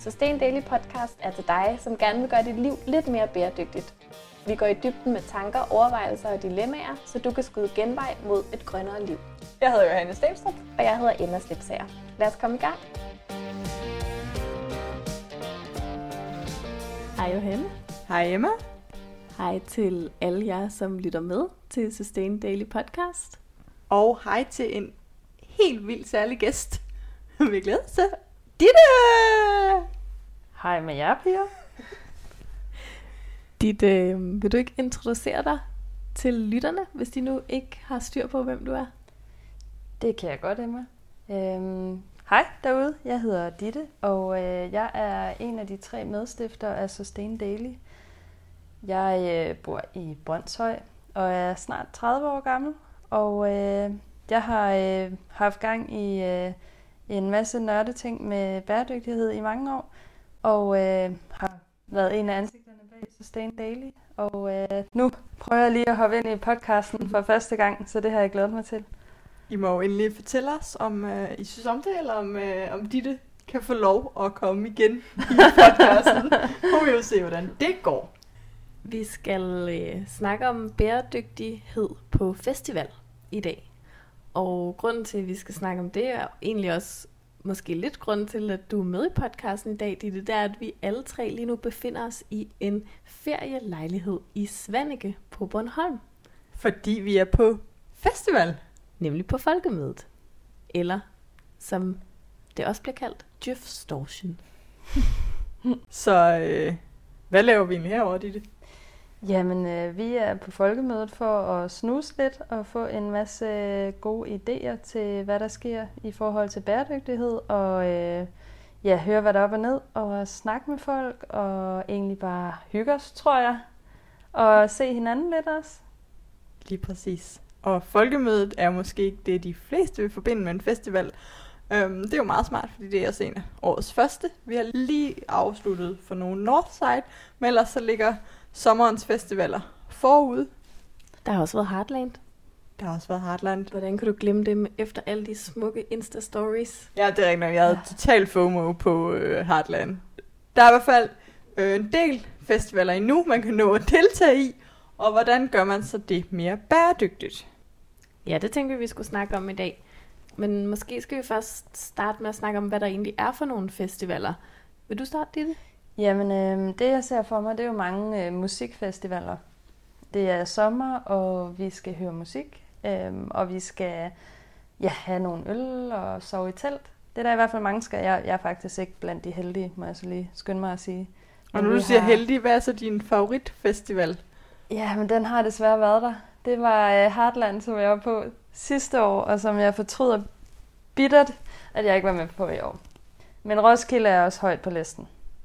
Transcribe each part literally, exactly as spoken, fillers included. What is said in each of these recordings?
Sustain Daily Podcast er til dig, som gerne vil gøre dit liv lidt mere bæredygtigt. Vi går i dybden med tanker, overvejelser og dilemmaer, så du kan skyde genvej mod et grønnere liv. Jeg hedder Johanne Stenstrup. Og jeg hedder Emma Slipsager. Lad os komme i gang. Hej Johanne. Hej Emma. Hej til alle jer, som lytter med til Sustain Daily Podcast. Og hej til en helt vildt særlig gæst. Vi glæder os til. Ditte! Hej med jer, piger. Ditte, vil du ikke introducere dig til lytterne, hvis de nu ikke har styr på, hvem du er? Det kan jeg godt, Emma. Øhm, hej derude, jeg hedder Ditte, og øh, jeg er en af de tre medstiftere af Sustain Daily. Jeg øh, bor i Brønshøj og er snart tredive år gammel, og øh, jeg har øh, haft gang i øh, en masse nørdeting med bæredygtighed i mange år, og øh, har været en af ansigterne bag Sustain Daily. Og øh, nu prøver jeg lige at hoppe ind i podcasten for første gang, så det har jeg glædet mig til. I må jo endelig fortælle os, om uh, I synes om det, eller om, uh, om Ditte kan få lov at komme igen i podcasten. Nu vil vi jo se, hvordan det går. Vi skal øh, snakke om bæredygtighed på festival i dag. Og grunden til, at vi skal snakke om det, er egentlig også måske lidt grund til, at du er med i podcasten i dag, Ditte, det er, at vi alle tre lige nu befinder os i en ferielejlighed i Svaneke på Bornholm. Fordi vi er på festival. Nemlig på Folkemødet. Eller, som det også bliver kaldt, Djøfstortion. Så øh, hvad laver vi egentlig herovre, Ditte? Jamen, øh, vi er på Folkemødet for at snuse lidt og få en masse gode idéer til, hvad der sker i forhold til bæredygtighed. Og øh, ja, høre, hvad der er op og ned, og snakke med folk, og egentlig bare hygge os, tror jeg. Og se hinanden lidt også. Lige præcis. Og Folkemødet er måske ikke det, de fleste vil forbinde med en festival. Um, det er jo meget smart, fordi det er også en af årets første. Vi har lige afsluttet for nogle Northside, men ellers så ligger sommerens festivaler forud. Der har også været Heartland. Der har også været Heartland. Hvordan kan du glemme dem efter alle de smukke Insta-stories? Ja, det er rigtigt nok. Jeg havde ja. total FOMO på øh, Heartland. Der er i hvert fald øh, en del festivaler endnu, man kan nå at deltage i. Og hvordan gør man så det mere bæredygtigt? Ja, det tænkte vi, vi skulle snakke om i dag. Men måske skal vi først starte med at snakke om, hvad der egentlig er for nogle festivaler. Vil du starte, Ditte? Jamen, øh, det jeg ser for mig, det er jo mange øh, musikfestivaler. Det er sommer, og vi skal høre musik, øh, og vi skal ja, have nogle øl og sove i telt. Det er der i hvert fald mange skal. Jeg, jeg er faktisk ikke blandt de heldige, må jeg så lige skynde mig at sige. Og nu du siger har... heldig, hvad er så din favoritfestival? Ja, men den har desværre været der. Det var øh, Heartland, som jeg var på sidste år, og som jeg fortryder bittert, at jeg ikke var med på i år. Men Roskilde er også højt på listen.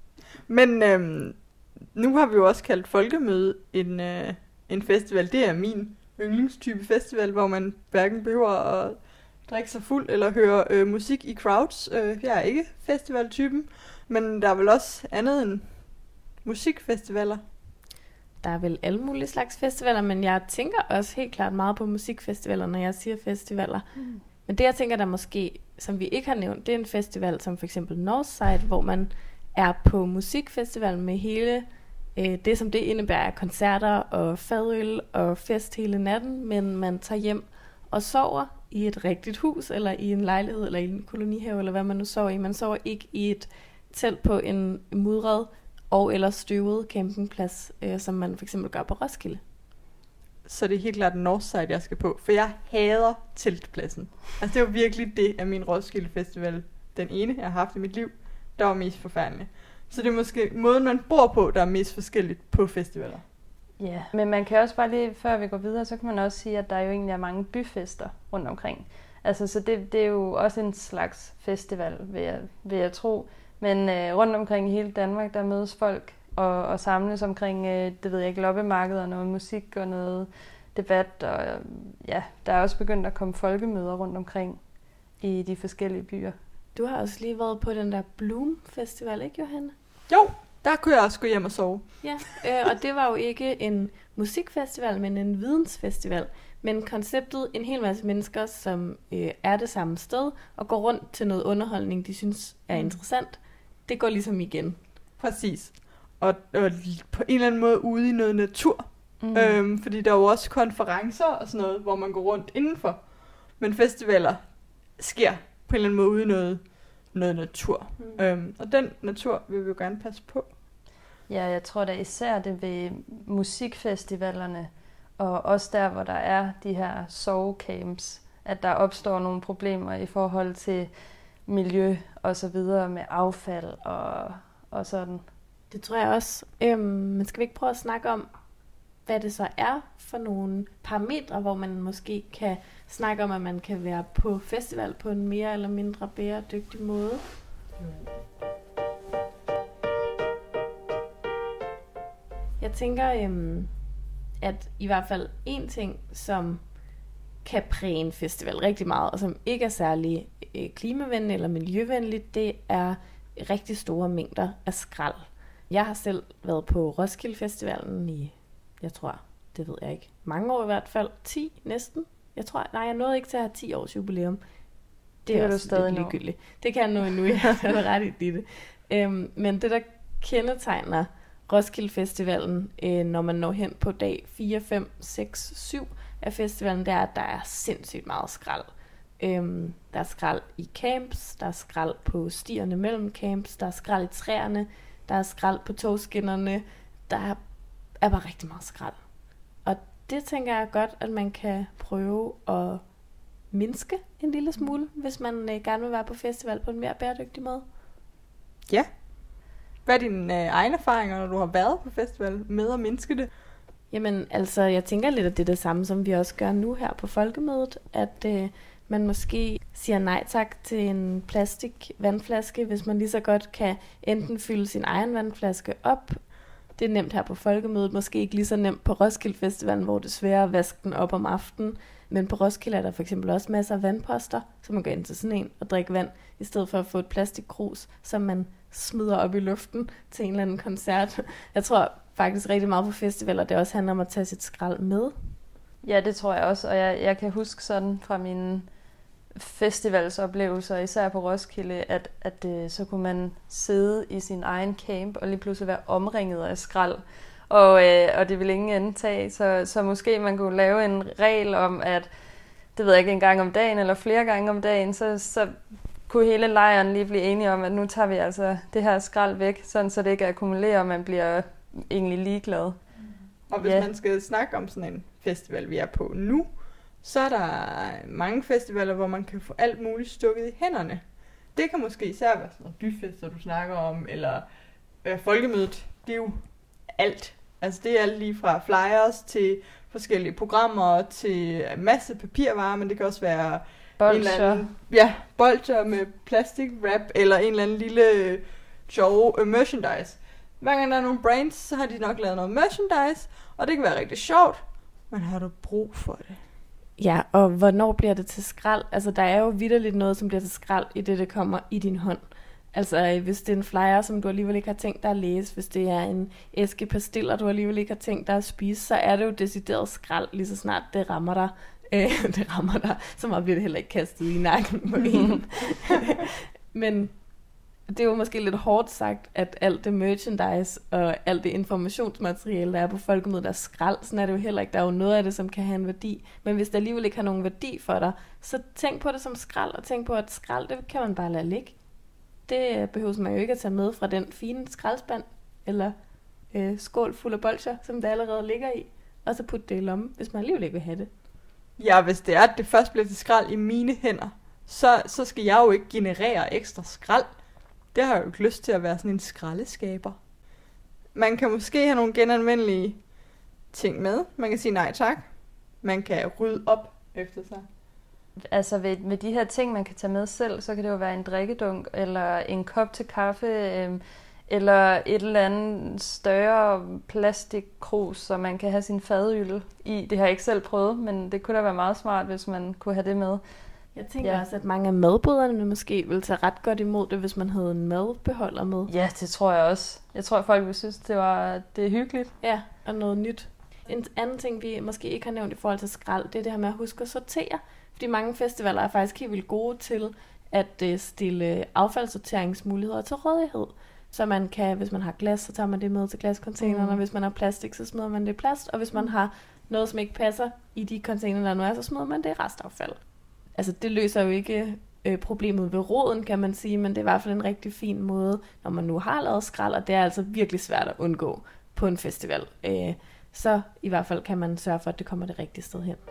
Men øhm, nu har vi jo også kaldt Folkemøde en, øh, en festival. Det er min yndlingstype festival, hvor man hverken behøver at drikke sig fuld eller høre øh, musik i crowds. Øh, jeg er ikke festivaltypen, men der er vel også andet end musikfestivaler. Der er vel alle mulige slags festivaler, men jeg tænker også helt klart meget på musikfestivaler, når jeg siger festivaler. Mm. Men det, jeg tænker, der måske, som vi ikke har nævnt, det er en festival som for eksempel Northside, hvor man er på musikfestival med hele øh, det, som det indebærer, koncerter og fadøl og fest hele natten, men man tager hjem og sover i et rigtigt hus, eller i en lejlighed, eller i en kolonihave, eller hvad man nu sover i. Man sover ikke i et telt på en mudret og eller støvet campingplads, øh, som man for eksempel gør på Roskilde. Så det er helt klart Northside, jeg skal på, for jeg hader teltpladsen. Altså det var virkelig det af min Roskilde Festival, den ene, jeg har haft i mit liv, der var mest forfærdelig. Så det er måske måden, man bor på, der er mest forskelligt på festivaler. Ja, yeah. Men man kan også bare lige, før vi går videre, så kan man også sige, at der jo egentlig er mange byfester rundt omkring. Altså, så det, det er jo også en slags festival, vil jeg, vil jeg tro. Men øh, rundt omkring i hele Danmark, der mødes folk og, og samles omkring, øh, det ved jeg ikke, loppemarkeder og noget musik og noget debat. Og øh, ja, der er også begyndt at komme folkemøder rundt omkring i de forskellige byer. Du har også lige været på den der Bloom Festival, ikke Johanne? Jo, der kunne jeg også gå hjem og sove. Ja, øh, og det var jo ikke en musikfestival, men en vidensfestival. Men konceptet, en hel masse mennesker, som øh, er det samme sted og går rundt til noget underholdning, de synes er interessant. det går ligesom igen. Præcis. Og, og på en eller anden måde ude i noget natur. Mm. Øhm, fordi der er jo også konferencer og sådan noget, hvor man går rundt indenfor. Men festivaler sker på en eller anden måde ude i noget, noget natur. Mm. Øhm, og den natur vil vi jo gerne passe på. Ja, jeg tror da især det ved musikfestivalerne, og også der, hvor der er de her sovecamps, at der opstår nogle problemer i forhold til miljø og så videre med affald og, og sådan. Det tror jeg også. Øhm, men skal vi ikke prøve at snakke om, hvad det så er for nogle parametre, hvor man måske kan snakke om, at man kan være på festival på en mere eller mindre bæredygtig måde? Jeg tænker, øhm, at i hvert fald en ting, som kan præge en festival rigtig meget, og som ikke er særlig øh, klimavenlig eller miljøvenligt, det er rigtig store mængder af skrald. Jeg har selv været på Roskilde Festivalen i, jeg tror, det ved jeg ikke, mange år i hvert fald, ti næsten. Jeg tror, nej, jeg nåede ikke til at have ti års jubilæum. Det, det er også stadig lidt ligegyldigt. Det kan jeg nå endnu, jeg har ret i det. Øhm, men det, der kendetegner Roskilde Festivalen, øh, når man når hen på dag fire, fem, seks, syv af festivalen, det er, at der er sindssygt meget skrald. Øhm, der er skrald i camps, der er skrald på stierne mellem camps, der er skrald i træerne, der er skrald på togskinnerne, der er, er bare rigtig meget skrald. Og det tænker jeg godt, at man kan prøve at mindske en lille smule, hvis man øh, gerne vil være på festival på en mere bæredygtig måde. Ja. Hvad er dine øh, egne erfaringer, når du har været på festival med at mindske det? Jamen, altså, jeg tænker lidt, at det er det samme, som vi også gør nu her på Folkemødet, at øh, man måske siger nej tak til en plastik vandflaske, hvis man lige så godt kan enten fylde sin egen vandflaske op. Det er nemt her på Folkemødet, måske ikke lige så nemt på Roskilde Festivalen, hvor det er sværere at vaske den op om aftenen. Men på Roskilde er der for eksempel også masser af vandposter, så man går ind til sådan en og drikker vand, i stedet for at få et plastikkrus, som man smider op i luften til en eller anden koncert. Jeg tror faktisk rigtig meget på festivaler, det også handler om at tage sit skrald med. Ja, det tror jeg også, og jeg, jeg kan huske sådan fra mine festivalsoplevelser, især på Roskilde, at, at øh, så kunne man sidde i sin egen camp og lige pludselig være omringet af skrald. Og, øh, og det ville ingen antage, så, så måske man kunne lave en regel om, at det ved jeg ikke, en gang om dagen eller flere gange om dagen, så, så kunne hele lejren lige blive enige om, at nu tager vi altså det her skrald væk, sådan så det ikke akkumulerer, og man bliver egentlig ligeglad. Og hvis ja. man skal snakke om sådan en festival, vi er på nu, så er der mange festivaler, hvor man kan få alt muligt stukket i hænderne. Det kan måske især være sådan noget byfester, du snakker om, eller øh, Folkemødet. Det er jo alt. Altså det er alt lige fra flyers til forskellige programmer, til en masse papirvarer, men det kan også være bolcher. En eller anden, ja, bolcher med plastikwrap, eller en eller anden lille sjove uh, merchandise. Hver gang der er nogle brands, så har de nok lavet noget merchandise, og det kan være rigtig sjovt, men har du brug for det? Ja, og hvornår bliver det til skrald? Altså, der er jo vitterligt noget, som bliver til skrald, i det, det kommer i din hånd. Altså, hvis det er en flyer, som du alligevel ikke har tænkt dig at læse, hvis det er en æske pastiller, du alligevel ikke har tænkt dig at spise, så er det jo decideret skrald, lige så snart det rammer dig. Øh, det rammer dig, så meget bliver det heller ikke kastet i nakken på en. Men det er jo måske lidt hårdt sagt, at alt det merchandise og alt det informationsmateriale, der er på Folkemødet, er skrald. Sådan er det jo heller ikke. Der er jo noget af det, som kan have en værdi. Men hvis der alligevel ikke har nogen værdi for dig, så tænk på det som skrald, og tænk på, at skrald, det kan man bare lade ligge. Det behøver man jo ikke at tage med fra den fine skraldspand, eller øh, skål fuld af bolcher, som der allerede ligger i, og så putte det i lommen, hvis man alligevel ikke vil have det. Ja, hvis det er, at det først bliver til skrald i mine hænder, så, så skal jeg jo ikke generere ekstra skrald. Det har jeg jo ikke lyst til at være sådan en skraldeskaber. Man kan måske have nogle genanvendelige ting med. Man kan sige nej tak. Man kan rydde op efter sig. Altså ved, med de her ting, man kan tage med selv, så kan det jo være en drikkedunk, eller en kop til kaffe, øh, eller et eller andet større plastikkrus, så man kan have sin fadøl i. Det har jeg ikke selv prøvet, men det kunne da være meget smart, hvis man kunne have det med. Jeg tænker ja. også, at mange af madboderne måske ville tage ret godt imod det, hvis man havde en madbeholder med. Ja, det tror jeg også. Jeg tror, at folk ville synes, det var det er hyggeligt. Ja, og noget nyt. En anden ting, vi måske ikke har nævnt i forhold til skrald, det er det her med at huske at sortere. Fordi mange festivaler er faktisk helt vildt gode til at øh, stille affaldssorteringsmuligheder til rådighed. Så man kan, hvis man har glas, så tager man det med til glascontainerne, mm. og hvis man har plastik, så smider man det i plast, og hvis man har noget, som ikke passer i de container, der nu er, så smider man det i restaffald. Altså det løser jo ikke øh, problemet ved roden, kan man sige, men det er i hvert fald en rigtig fin måde, når man nu har lavet skrald, og det er altså virkelig svært at undgå på en festival. Øh, så i hvert fald kan man sørge for, at det kommer det rigtige sted hen.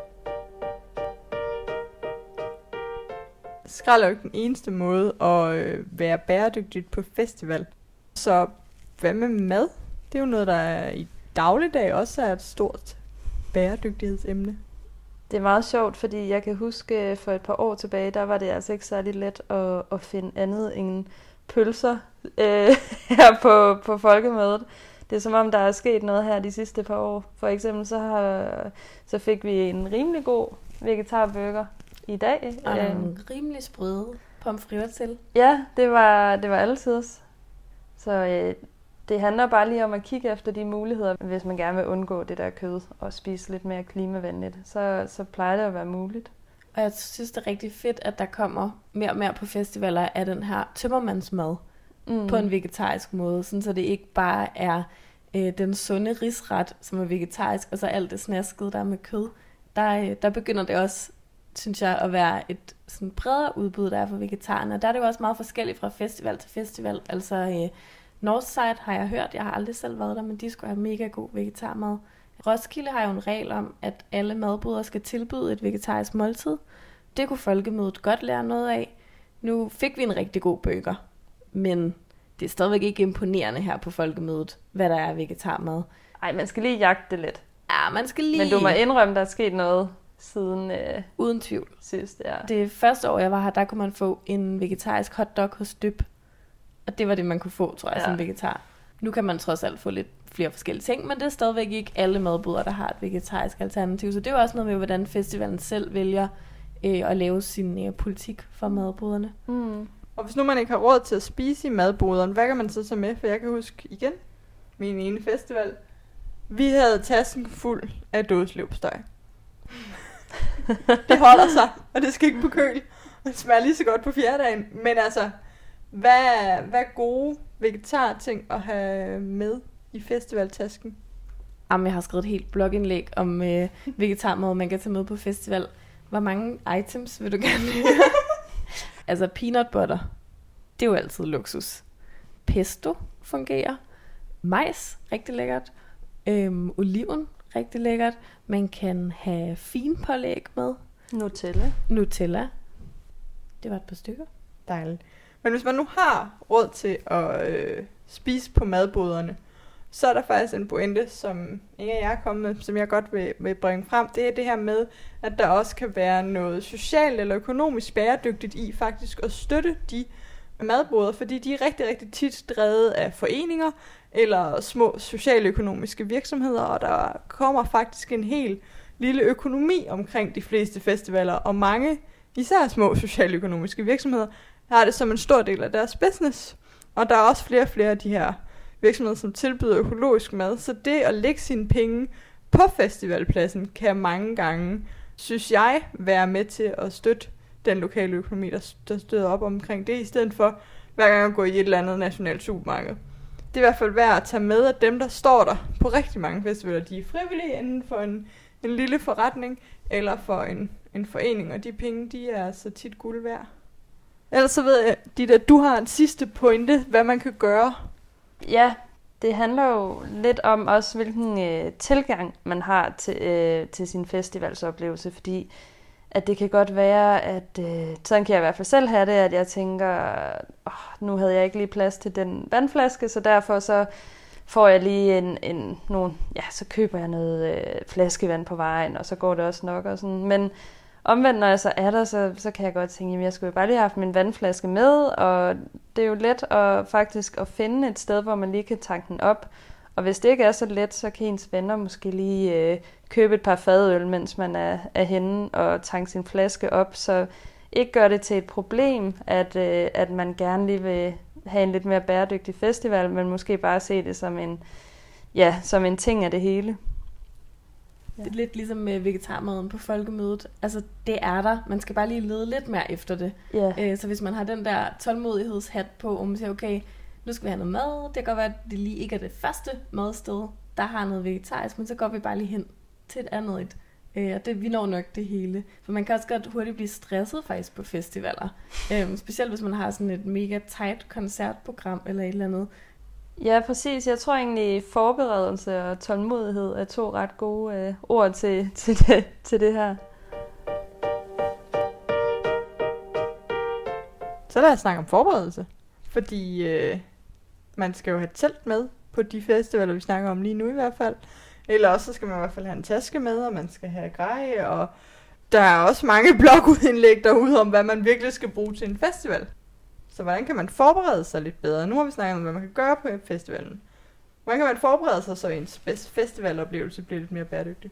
Skrald er jo ikke den eneste måde at øh, være bæredygtigt på festival. Så hvad med mad? Det er jo noget, der i dagligdag også er et stort bæredygtighedsemne. Det er meget sjovt, fordi jeg kan huske for et par år tilbage, der var det altså ikke særlig let at, at finde andet end pølser øh, her på, på folkemødet. Det er som om, der er sket noget her de sidste par år. For eksempel så, har, så fik vi en rimelig god vegetarburger i dag. Og en rimelig sprøde pomfritter til. Ja, det var, det var altid. Så øh, det handler bare lige om at kigge efter de muligheder, hvis man gerne vil undgå det der kød og spise lidt mere klimavenligt. Så, så plejer det at være muligt. Og jeg synes, det er rigtig fedt, at der kommer mere og mere på festivaler af den her tømmermandsmad mm. på en vegetarisk måde, sådan så det ikke bare er øh, den sunde risret, som er vegetarisk, og så alt det snaskede, der er med kød. Der, øh, der begynder det også, synes jeg, at være et sådan bredere udbud, der er for vegetarerne. Der er det jo også meget forskelligt fra festival til festival. Altså øh, Northside har jeg hørt, jeg har aldrig selv været der, men de skulle have mega god vegetarmad. Roskilde har jo en regel om, at alle madboder skal tilbyde et vegetarisk måltid. Det kunne folkemødet godt lære noget af. Nu fik vi en rigtig god burger, men det er stadigvæk ikke imponerende her på folkemødet, hvad der er vegetarmad. Ej, man skal lige jagte det lidt. Ja, man skal lige... Men du må indrømme, der er sket noget siden... Øh, Uden tvivl. Sidst, ja. Det første år, jeg var her, der kunne man få en vegetarisk hotdog hos Dyb. Og det var det, man kunne få, tror jeg, ja. Som vegetar. Nu kan man trods alt få lidt flere forskellige ting, men det er stadigvæk ikke alle madboder, der har et vegetarisk alternativ. Så det er jo også noget med, hvordan festivalen selv vælger øh, at lave sin øh, politik for madboderne. Mm. Og hvis nu man ikke har råd til at spise i madboderne, hvad kan man så tage med? For jeg kan huske igen, min ene festival, vi havde tasken fuld af dåseløbstøj. Det holder sig, og det skal ikke på køl. Det smager lige så godt på fjerdedagen. Men altså, hvad, hvad er gode vegetarting at have med i festivaltasken? Jamen, jeg har skrevet et helt blogindlæg om øh, vegetarmad, man kan tage med på festival. Hvor mange items vil du gerne have? Altså, peanut butter, det er jo altid luksus. Pesto fungerer. Majs, rigtig lækkert. Øhm, oliven, rigtig lækkert. Man kan have finpålæg med. Nutella. Nutella. Det var et par stykker. Dejligt. Men hvis man nu har råd til at øh, spise på madboderne, så er der faktisk en pointe, som ikke er jeg kommet med, som jeg godt vil, vil bringe frem. Det er det her med, at der også kan være noget socialt eller økonomisk bæredygtigt i faktisk at støtte de madboder, fordi de er rigtig, rigtig tit drevet af foreninger eller små socialøkonomiske virksomheder, og der kommer faktisk en helt lille økonomi omkring de fleste festivaler, og mange, især små socialøkonomiske virksomheder, har det som en stor del af deres business. Og der er også flere og flere af de her virksomheder, som tilbyder økologisk mad, så det at lægge sine penge på festivalpladsen kan mange gange, synes jeg, være med til at støtte den lokale økonomi, der, der støder op omkring det, i stedet for hver gang at gå i et eller andet nationalt supermarked. Det er i hvert fald værd at tage med, at dem, der står der på rigtig mange festivaler, de er frivillige inden for en, en lille forretning eller for en, en forening, og de penge, de er så tit guld værd. Ellers så ved jeg, Ditte, at du har en sidste pointe, hvad man kan gøre. Ja, det handler jo lidt om også, hvilken øh, tilgang man har til, øh, til sin festivalsoplevelse, fordi at det kan godt være, at øh, sådan kan jeg i hvert fald selv have det, at jeg tænker, åh, nu havde jeg ikke lige plads til den vandflaske, så derfor så får jeg lige en, en nogle, ja, så køber jeg noget øh, flaskevand på vejen, og så går det også nok og sådan. Men omvendt, når jeg så er der, så, så kan jeg godt tænke, at jeg skulle bare lige have haft min vandflaske med, og det er jo let at faktisk at finde et sted, hvor man lige kan tanke den op. Og hvis det ikke er så let, så kan ens venner måske lige øh, købe et par fadøl, mens man er, er henne og tanke sin flaske op. Så ikke gør det til et problem, at, øh, at man gerne lige vil have en lidt mere bæredygtig festival, men måske bare se det som en, ja, som en ting af det hele. Ja. Det er lidt ligesom med vegetarmaden på folkemødet. Altså, det er der. Man skal bare lige lede lidt mere efter det. Ja. Øh, så hvis man har den der tålmodighedshat på, og man siger, okay, nu skal vi have noget mad. Det kan godt være, at det lige ikke er det første madsted, der har noget vegetarisk, men så går vi bare lige hen til et andet et. Øh, og det, vi når nok det hele. For man kan også godt hurtigt blive stresset faktisk på festivaler. Øh, specielt hvis man har sådan et mega tight koncertprogram eller et eller andet. Ja, præcis. Jeg tror egentlig, forberedelse og tålmodighed er to ret gode øh, ord til, til, det, til det her. Så lad os snakke om forberedelse. Fordi øh, man skal jo have telt med på de festivaler, vi snakker om lige nu i hvert fald. Eller også så skal man i hvert fald have en taske med, og man skal have grej. Og der er også mange blogudindlæg derude om, hvad man virkelig skal bruge til en festival. Så hvordan kan man forberede sig lidt bedre? Nu har vi snakket om, hvad man kan gøre på festivalen. Hvordan kan man forberede sig, så ens festivaloplevelse bliver lidt mere bæredygtig?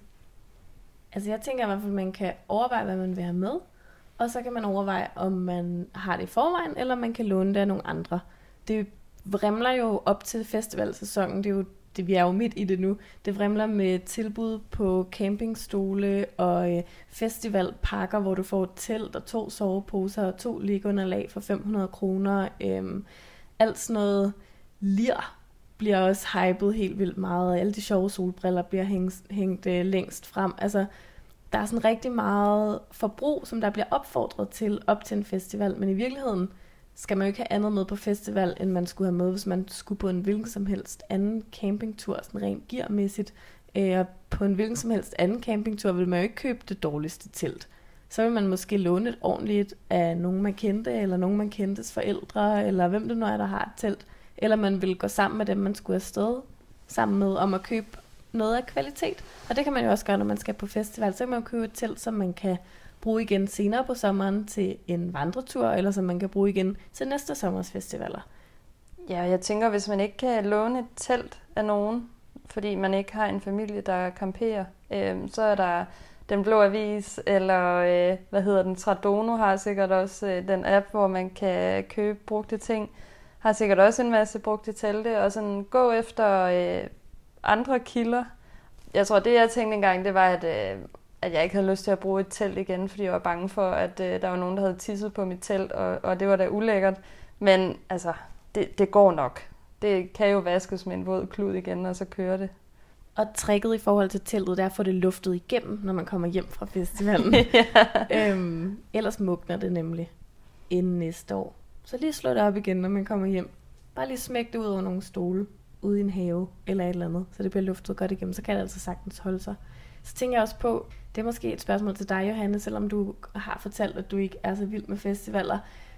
Altså jeg tænker i hvert fald, at man kan overveje, hvad man vil have med. Og så kan man overveje, om man har det i forvejen, eller man kan låne det af nogle andre. Det vrimler jo op til festivalsæsonen. Det er jo det, vi er jo midt i det nu. Det vrimler med tilbud på campingstole og øh, festivalpakker, hvor du får et telt og to soveposer og to liggeunderlag for fem hundrede kroner. Øhm, alt sådan noget lir bliver også hypet helt vildt meget. Alle de sjove solbriller bliver hængt, hængt øh, længst frem. Altså, der er sådan rigtig meget forbrug, som der bliver opfordret til op til en festival, men i virkeligheden skal man jo ikke have andet med på festival, end man skulle have med, hvis man skulle på en hvilken som helst anden campingtur, sådan rent gearmæssigt. Øh, og på en hvilken som helst anden campingtur vil man jo ikke købe det dårligste telt. Så vil man måske låne et ordentligt af nogen, man kendte, eller nogen, man kendtes forældre, eller hvem det nu er, der har et telt. Eller man vil gå sammen med dem, man skulle afsted sammen med, om at købe noget af kvalitet. Og det kan man jo også gøre, når man skal på festival. Så kan man jo købe et telt, som man kan bruge igen senere på sommeren til en vandretur, eller som man kan bruge igen til næste sommers festivaler. Ja, jeg tænker, hvis man ikke kan låne et telt af nogen, fordi man ikke har en familie, der camperer, øh, så er der Den Blå Avis, eller øh, hvad hedder den, Tradono har sikkert også øh, den app, hvor man kan købe brugte ting. Har sikkert også en masse brugte telte, og sådan gå efter øh, andre kilder. Jeg tror, det jeg tænkte engang, det var, at, øh, at jeg ikke havde lyst til at bruge et telt igen, fordi jeg var bange for, at øh, der var nogen, der havde tisset på mit telt, og, og det var da ulækkert. Men altså, det, det går nok. Det kan jo vaskes med en våd klud igen, og så kører det. Og tricket i forhold til teltet, det er at få det luftet igennem, når man kommer hjem fra festivalen. Ja. øhm, ellers mugner det nemlig inden næste år. Så lige slå det op igen, når man kommer hjem. Bare lige smæk det ud over nogle stole, ude i en have eller et eller andet, så det bliver luftet godt igennem. Så kan det altså sagtens holde sig. Så tænker jeg også på, det er måske et spørgsmål til dig, Johanne, selvom du har fortalt, at du ikke er så vild med festivaler.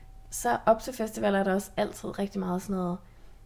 Så op til festivaler er der også altid rigtig meget sådan noget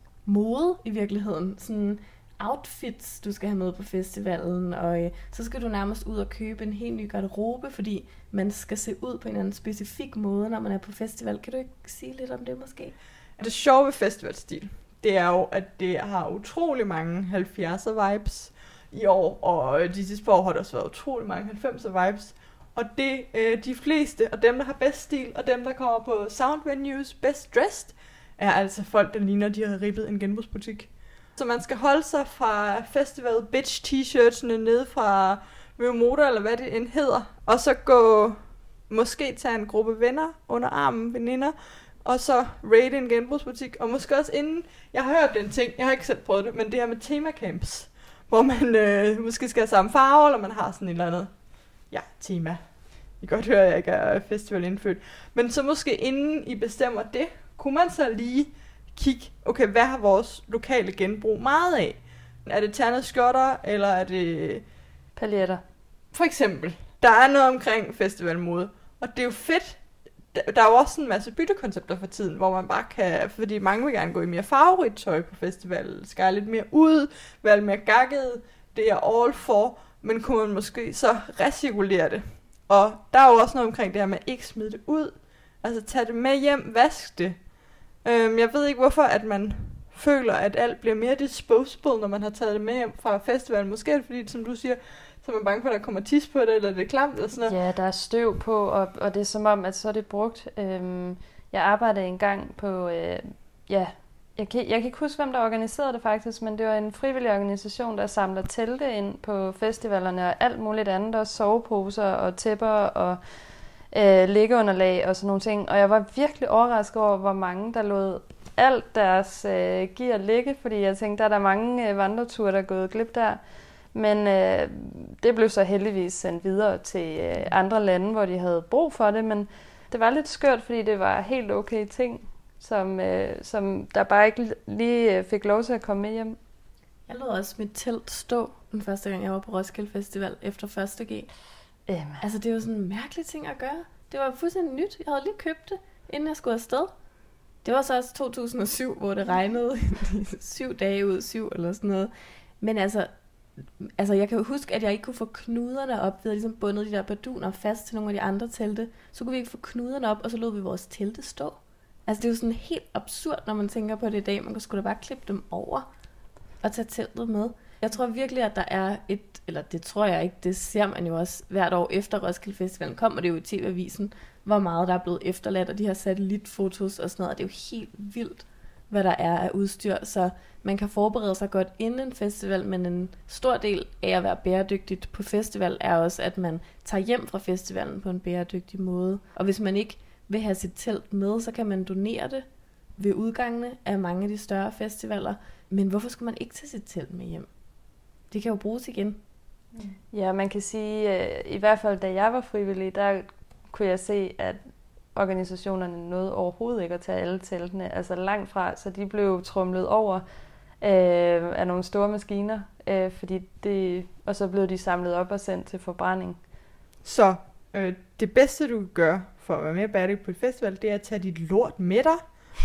mode i virkeligheden. Sådan outfits, du skal have med på festivalen, og øh, så skal du nærmest ud og købe en helt ny garderobe, fordi man skal se ud på en anden specifik måde, når man er på festival. Kan du ikke sige lidt om det måske? Det sjove ved festivalstil, det er jo, at det har utrolig mange halvfjerdser vibes i år, og de sidste par år har der også været utrolig mange halvfemser vibes. Og det øh, de fleste, og dem der har bedst stil, og dem der kommer på sound venues best dressed, er altså folk, der ligner, de har ribbet en genbrugsbutik. Så man skal holde sig fra festival bitch t-shirtsene ned fra Motor, eller hvad det end hedder, og så gå, måske tage en gruppe venner under armen, veninder, og så raide en genbrugsbutik, og måske også inden, jeg har hørt den ting, jeg har ikke selv prøvet det, men det her med temacamps, hvor man øh, måske skal have samme farve, eller man har sådan et eller andet, ja, tema. I kan godt høre, at jeg ikke er festival indfødt. Men så måske inden I bestemmer det, kunne man så lige kigge, okay, hvad har vores lokale genbrug meget af? Er det ternede skjorter, eller er det paljetter? For eksempel. Der er noget omkring festivalmode, og det er jo fedt. Der er jo også en masse byttekoncepter for tiden, hvor man bare kan, fordi mange vil gerne gå i mere farverigt tøj på festival, skal lidt mere ud, være mere gakket, det er all for, men kunne man måske så recirkulere det. Og der er jo også noget omkring det her med at ikke smide det ud, altså tage det med hjem, vask det. Øhm, jeg ved ikke hvorfor, at man føler, at alt bliver mere disposable, når man har taget det med hjem fra festivalen. Måske er det fordi, som du siger, så er man bange for, at der kommer tis på det, eller det er klamt, eller sådan noget. Ja, der er støv på, og, og det er som om, at så er det brugt. Øhm, jeg arbejdede engang på øh, ja, Jeg kan, jeg kan ikke huske, hvem der organiserede det faktisk, men det var en frivillig organisation, der samler telte ind på festivalerne og alt muligt andet. Også soveposer og tæpper og øh, liggeunderlag og sådan nogle ting. Og jeg var virkelig overrasket over, hvor mange der lod alt deres øh, gear ligge, fordi jeg tænkte, der er der mange øh, vandreture, der er gået glip der. Men øh, det blev så heldigvis sendt videre til øh, andre lande, hvor de havde brug for det. Men det var lidt skørt, fordi det var helt okay ting, som, øh, som der bare ikke lige fik lov til at komme med hjem. Jeg lod også mit telt stå den første gang, jeg var på Roskilde Festival efter første G. Øhm. Altså, det var sådan en mærkelig ting at gøre. Det var fuldstændig nyt. Jeg havde lige købt det, inden jeg skulle afsted. Det var så også to tusind og syv, hvor det regnede syv dage ud, syv eller sådan noget. Men altså, altså, jeg kan jo huske, at jeg ikke kunne få knuderne op. Vi havde ligesom bundet de der barduner fast til nogle af de andre telte. Så kunne vi ikke få knuderne op, og så lod vi vores telte stå. Altså, det er jo sådan helt absurd, når man tænker på det i dag. Man kunne sgu da bare klippe dem over og tage teltet med. Jeg tror virkelig, at der er et, eller det tror jeg ikke, det ser man jo også hvert år efter Roskilde Festivalen, kommer det jo i T V-avisen, hvor meget der er blevet efterladt, og de her satellitfotos og sådan noget, og det er jo helt vildt, hvad der er af udstyr, så man kan forberede sig godt inden en festival, men en stor del af at være bæredygtigt på festival er også, at man tager hjem fra festivalen på en bæredygtig måde. Og hvis man ikke vil have sit telt med, så kan man donere det ved udgangene af mange af de større festivaler. Men hvorfor skulle man ikke tage sit telt med hjem? Det kan jo bruges igen. Ja, man kan sige, i hvert fald da jeg var frivillig, der kunne jeg se, at organisationerne nåede overhovedet ikke at tage alle teltene, altså langt fra, så de blev tromlet over øh, af nogle store maskiner, øh, fordi det, og så blev de samlet op og sendt til forbrænding. Så øh, det bedste, du kan gøre for at være mere bæredygtig på et festival, det er at tage dit lort med dig,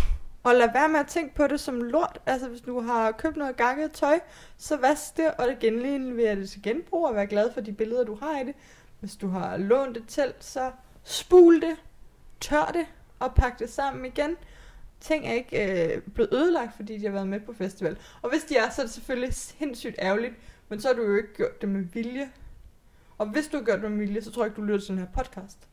og lad være med at tænke på det som lort. Altså, hvis du har købt noget gakket tøj, så vask det, og genleverer det til genbrug, og vær glad for de billeder, du har i det. Hvis du har lånt et telt, så spul det, tør det, og pak det sammen igen. Ting er ikke øh, blevet ødelagt, fordi de har været med på festival. Og hvis de er, så er det selvfølgelig sindssygt ærgerligt, men så har du jo ikke gjort det med vilje. Og hvis du har gjort det med vilje, så tror jeg ikke, du lytter til den her podcast.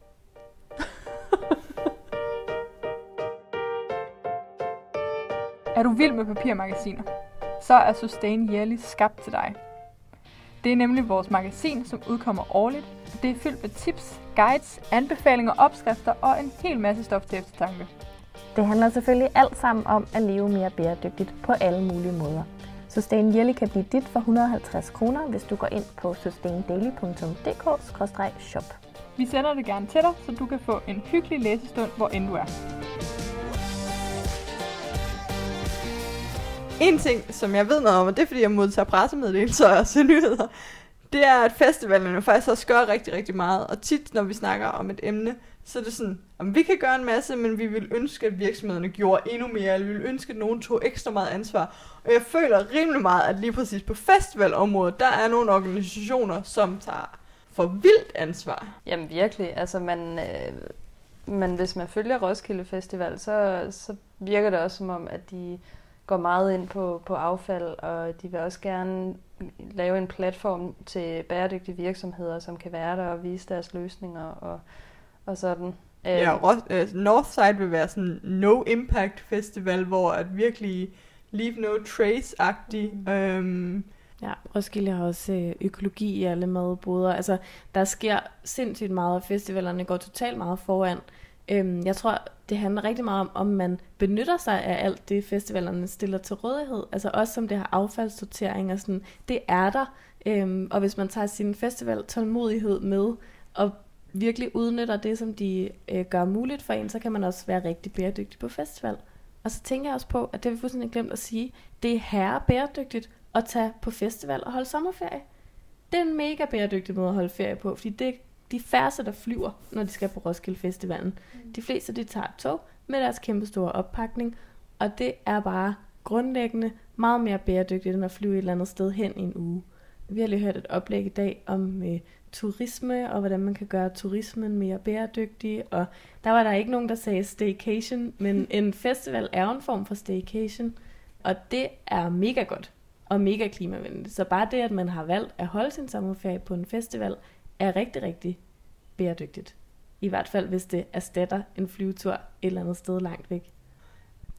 Er du vild med papirmagasiner? Så er Sustain Yearly skabt til dig. Det er nemlig vores magasin, som udkommer årligt. Det er fyldt med tips, guides, anbefalinger, opskrifter og en hel masse stof til eftertanke. Det handler selvfølgelig alt sammen om at leve mere bæredygtigt på alle mulige måder. Sustain Yearly kan blive dit for et hundrede og halvtreds kroner, hvis du går ind på sustaindaily punktum d k skråstreg shop. Vi sender det gerne til dig, så du kan få en hyggelig læsestund, hvor end du er. En ting, som jeg ved noget om, og det er fordi, jeg modtager pressemeddelelser og ser nyheder, det er, at festivalerne faktisk også gør rigtig, rigtig meget. Og tit, når vi snakker om et emne, så er det sådan, at vi kan gøre en masse, men vi vil ønske, at virksomhederne gjorde endnu mere, eller vi vil ønske, at nogen tog ekstra meget ansvar. Og jeg føler rimelig meget, at lige præcis på festivalområdet, der er nogle organisationer, som tager for vildt ansvar. Jamen virkelig, altså man, øh, man, hvis man følger Roskilde Festival, så, så virker det også som om, at de går meget ind på, på affald, og de vil også gerne lave en platform til bæredygtige virksomheder, som kan være der og vise deres løsninger og, og sådan. Ja, Ros- Northside vil være sådan no impact festival, hvor at virkelig leave no trace-agtig. Mm. Øhm. Ja, Roskilde har også økologi i alle madboder. Altså, der sker sindssygt meget, og festivalerne går totalt meget foran. Øhm, jeg tror, det handler rigtig meget om, om man benytter sig af alt det, festivalerne stiller til rådighed. Altså også som det her affaldssortering og sådan. Det er der. Øhm, og hvis man tager sin festival tålmodighed med, og virkelig udnytter det, som de øh, gør muligt for en, så kan man også være rigtig bæredygtig på festival. Og så tænker jeg også på, at det har vi fuldstændig glemt at sige, det er herre bæredygtigt at tage på festival og holde sommerferie. Det er en mega bæredygtig måde at holde ferie på, fordi det er de færreste, der flyver, når de skal på Roskilde Festivalen. Mm. De fleste, de tager et tog med deres kæmpe store oppakning, og det er bare grundlæggende meget mere bæredygtigt, end at flyve et eller andet sted hen i en uge. Vi har lige hørt et oplæg i dag om øh, turisme, og hvordan man kan gøre turismen mere bæredygtig, og der var der ikke nogen, der sagde staycation, men en festival er en form for staycation, og det er mega godt og mega klimavenligt. Så bare det, at man har valgt at holde sin sommerferie på en festival, er rigtig, rigtig bæredygtigt. I hvert fald, hvis det erstatter en flyvetur et eller andet sted langt væk.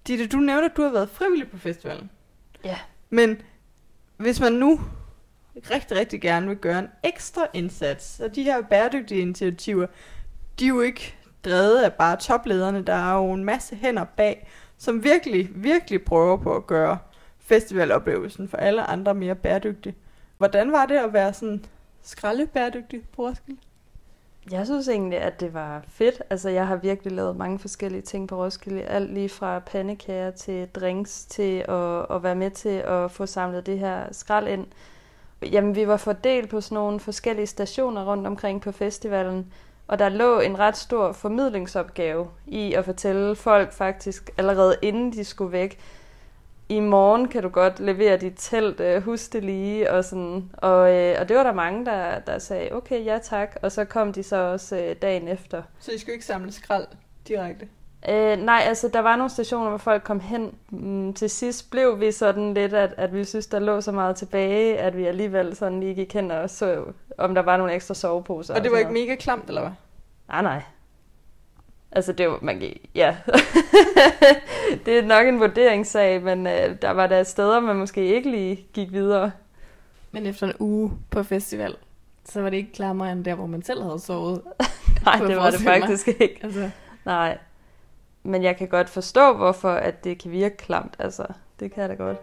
Ditte, du nævnte, at du har været frivillig på festivalen. Ja. Men hvis man nu rigtig, rigtig gerne vil gøre en ekstra indsats, så de her bæredygtige initiativer, de er jo ikke drevet af bare toplederne. Der er jo en masse hænder bag, som virkelig, virkelig prøver på at gøre festivaloplevelsen for alle andre mere bæredygtig. Hvordan var det at være sådan skraldebæredygtig på Roskilde? Jeg synes egentlig, at det var fedt. Altså, jeg har virkelig lavet mange forskellige ting på Roskilde. Alt lige fra pandekager til drinks til at, at være med til at få samlet det her skrald ind. Jamen, vi var fordelt på sådan nogle forskellige stationer rundt omkring på festivalen. Og der lå en ret stor formidlingsopgave i at fortælle folk faktisk allerede inden de skulle væk. I morgen kan du godt levere dit telt, øh, husk det lige, og sådan. Og, øh, og det var der mange, der, der sagde, okay, ja tak, og så kom de så også øh, dagen efter. Så I skulle ikke samle skrald direkte? Øh, nej, altså der var nogle stationer, hvor folk kom hen. Mm, til sidst blev vi sådan lidt, at, at vi synes, der lå så meget tilbage, at vi alligevel sådan lige gik hen og så, om der var nogle ekstra soveposer. Og det var ikke mega klamt, eller hvad? Nej, nej. Altså det var, man ja. Det er nok en vurderingssag, men øh, der var der steder, man måske ikke lige gik videre. Men efter en uge på festival, så var det ikke klammere end der, hvor man selv havde sovet. Nej, det var det faktisk ikke. Altså. Nej. Men jeg kan godt forstå, hvorfor at det kan virke klamt. Altså, det kan jeg da godt.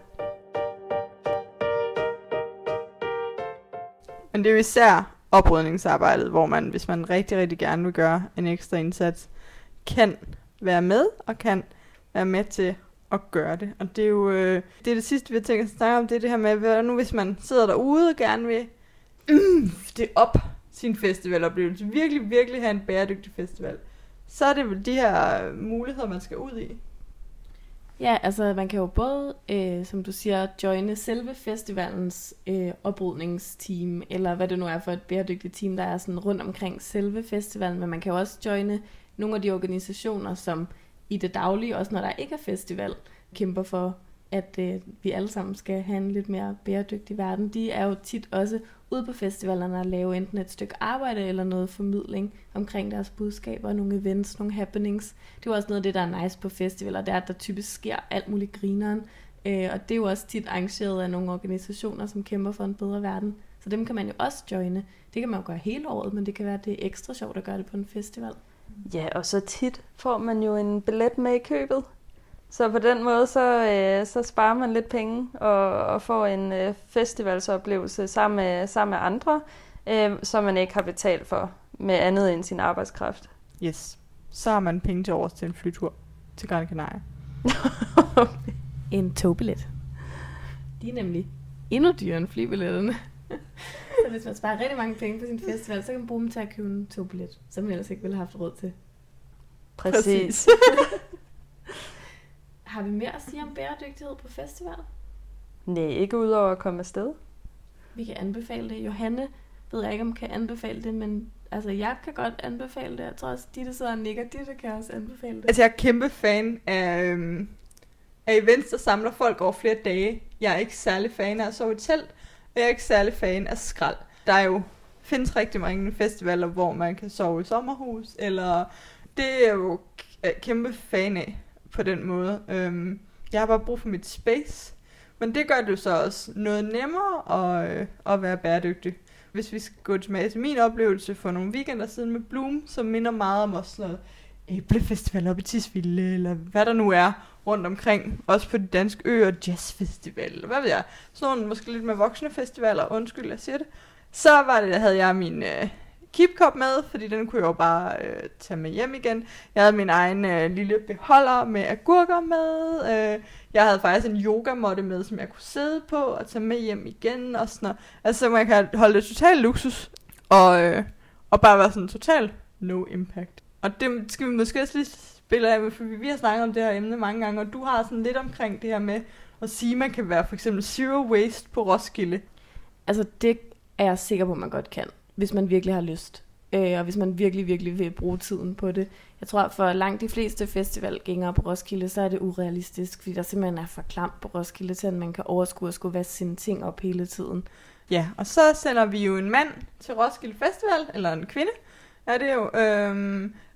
Men det er jo især oprydningsarbejdet, hvor man, hvis man rigtig, rigtig gerne vil gøre en ekstra indsats, kan være med og kan være med til at gøre det. Og det er jo øh, det, er det sidste, vi har tænkt at snakke om, det er det her med, hvad nu hvis man sidder derude og gerne vil mm, det op sin festivaloplevelse, virkelig, virkelig have en bæredygtig festival, så er det vel de her muligheder, man skal ud i. Ja, altså man kan jo både, øh, som du siger, joine selve festivalens øh, oprydningsteam, eller hvad det nu er for et bæredygtigt team, der er sådan rundt omkring selve festivalen, men man kan jo også joine nogle af de organisationer, som i det daglige, også når der ikke er festival, kæmper for, at øh, vi alle sammen skal have en lidt mere bæredygtig verden. De er jo tit også ude på festivalerne og lave enten et stykke arbejde eller noget formidling omkring deres budskaber, nogle events, nogle happenings. Det er jo også noget af det, der er nice på festivaler, det er, at der typisk sker alt muligt grineren. Øh, og det er jo også tit arrangeret af nogle organisationer, som kæmper for en bedre verden. Så dem kan man jo også joine. Det kan man jo gøre hele året, men det kan være, at det er ekstra sjovt at gøre det på en festival. Ja, og så tit får man jo en billet med i købet. Så på den måde, så, øh, så sparer man lidt penge og, og får en øh, festivalsoplevelse sammen med, sammen med andre, øh, som man ikke har betalt for med andet end sin arbejdskraft. Yes. Så har man penge til overs til en flytur til Gran Canaria. En togbillet. De er nemlig endnu dyrere end flybilletterne. Så hvis man sparer rigtig mange penge på sin festival, så kan man bruge dem til at købe en togbillet, som man ellers ikke ville have haft råd til. Præcis. Præcis. Har vi mere at sige om bæredygtighed på festival? Nej, ikke udover at komme afsted. Vi kan anbefale det. Johanne ved jeg ikke, om kan anbefale det, men altså, jeg kan godt anbefale det. Jeg tror også, de der sidder og nikker, de der kan også anbefale det. Altså, jeg er kæmpe fan af, øhm, af events, der samler folk over flere dage. Jeg er ikke særlig fan af at sove i telt, og jeg er ikke særlig fan af skrald. Der er jo, findes rigtig mange festivaler, hvor man kan sove i sommerhus, eller det er jo kæmpe fan af på den måde. Øhm, jeg har bare brug for mit space, men det gør det jo så også noget nemmere at, øh, at være bæredygtig. Hvis vi skal gå tilbage til min oplevelse for nogle weekender siden med Bloom, som minder meget om også noget æblefestival op i Tisvilde, eller hvad der nu er rundt omkring, også på de danske øer, jazzfestival, eller hvad ved jeg, sådan nogle måske lidt mere voksne festivaler, undskyld, jeg siger det. Så var det, der havde jeg min øh, keep-cup med, fordi den kunne jeg jo bare øh, tage med hjem igen. Jeg havde min egen øh, lille beholder med agurker med. Øh, jeg havde faktisk en yogamåtte med, som jeg kunne sidde på og tage med hjem igen. Og sådan noget. Altså, man kan holde det totalt luksus, og, øh, og bare være sådan total no impact. Og det skal vi måske også lige spille af, for vi har snakket om det her emne mange gange, og du har sådan lidt omkring det her med at sige, at man kan være for eksempel zero waste på Roskilde. Altså, det er jeg sikker på, at man godt kan, hvis man virkelig har lyst. Øh, og hvis man virkelig, virkelig vil bruge tiden på det. Jeg tror, for langt de fleste festivalgængere på Roskilde, så er det urealistisk, fordi der simpelthen er for klamt på Roskilde, til at man kan overskue at skulle vaske sine ting op hele tiden. Ja, og så sender vi jo en mand til Roskilde Festival, eller en kvinde, er det jo, øhm,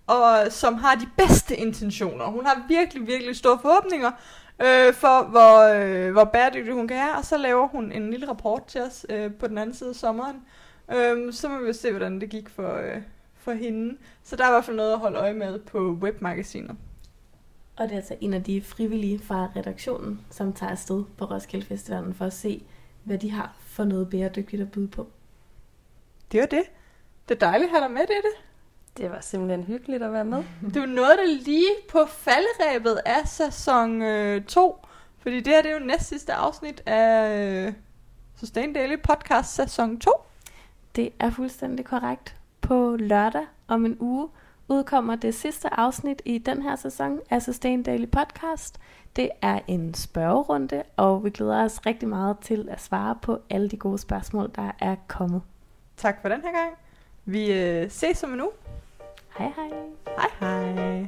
og som har de bedste intentioner. Hun har virkelig, virkelig store forhåbninger øh, for, hvor, øh, hvor bæredygtig hun kan være, og så laver hun en lille rapport til os øh, på den anden side af sommeren. Øh, så må vi jo se, hvordan det gik for, øh, for hende. Så der er i hvert fald noget at holde øje med på webmagasinet. Og det er altså en af de frivillige fra redaktionen, som tager afsted på Roskilde Festivalen for at se, hvad de har for noget bæredygtigt at byde på. Det var det. Det er dejligt at have dig med, det er det. Det var simpelthen hyggeligt at være med. Det var noget, der lige på falderæbet af sæson to. Fordi det her det er jo næst sidste afsnit af øh, Sustain Daily Podcast sæson to. Det er fuldstændig korrekt. På lørdag om en uge udkommer det sidste afsnit i den her sæson af Sustain Daily Podcast. Det er en spørgerunde, og vi glæder os rigtig meget til at svare på alle de gode spørgsmål, der er kommet. Tak for den her gang. Vi øh, ses om en uge. Hej hej. Hej hej.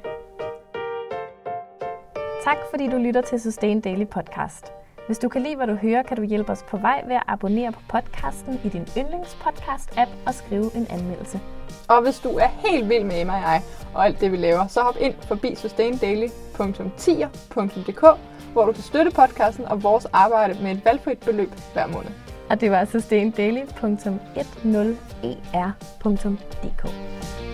Tak fordi du lytter til Sustain Daily Podcast. Hvis du kan lide, hvad du hører, kan du hjælpe os på vej ved at abonnere på podcasten i din yndlingspodcast-app og skrive en anmeldelse. Og hvis du er helt vild med Emma og jeg og alt det, vi laver, så hop ind forbi sustain daily punktum tier punktum d k, hvor du kan støtte podcasten og vores arbejde med et valgfrit beløb hver måned. Og det var sustain daily punktum ti e r punktum d k.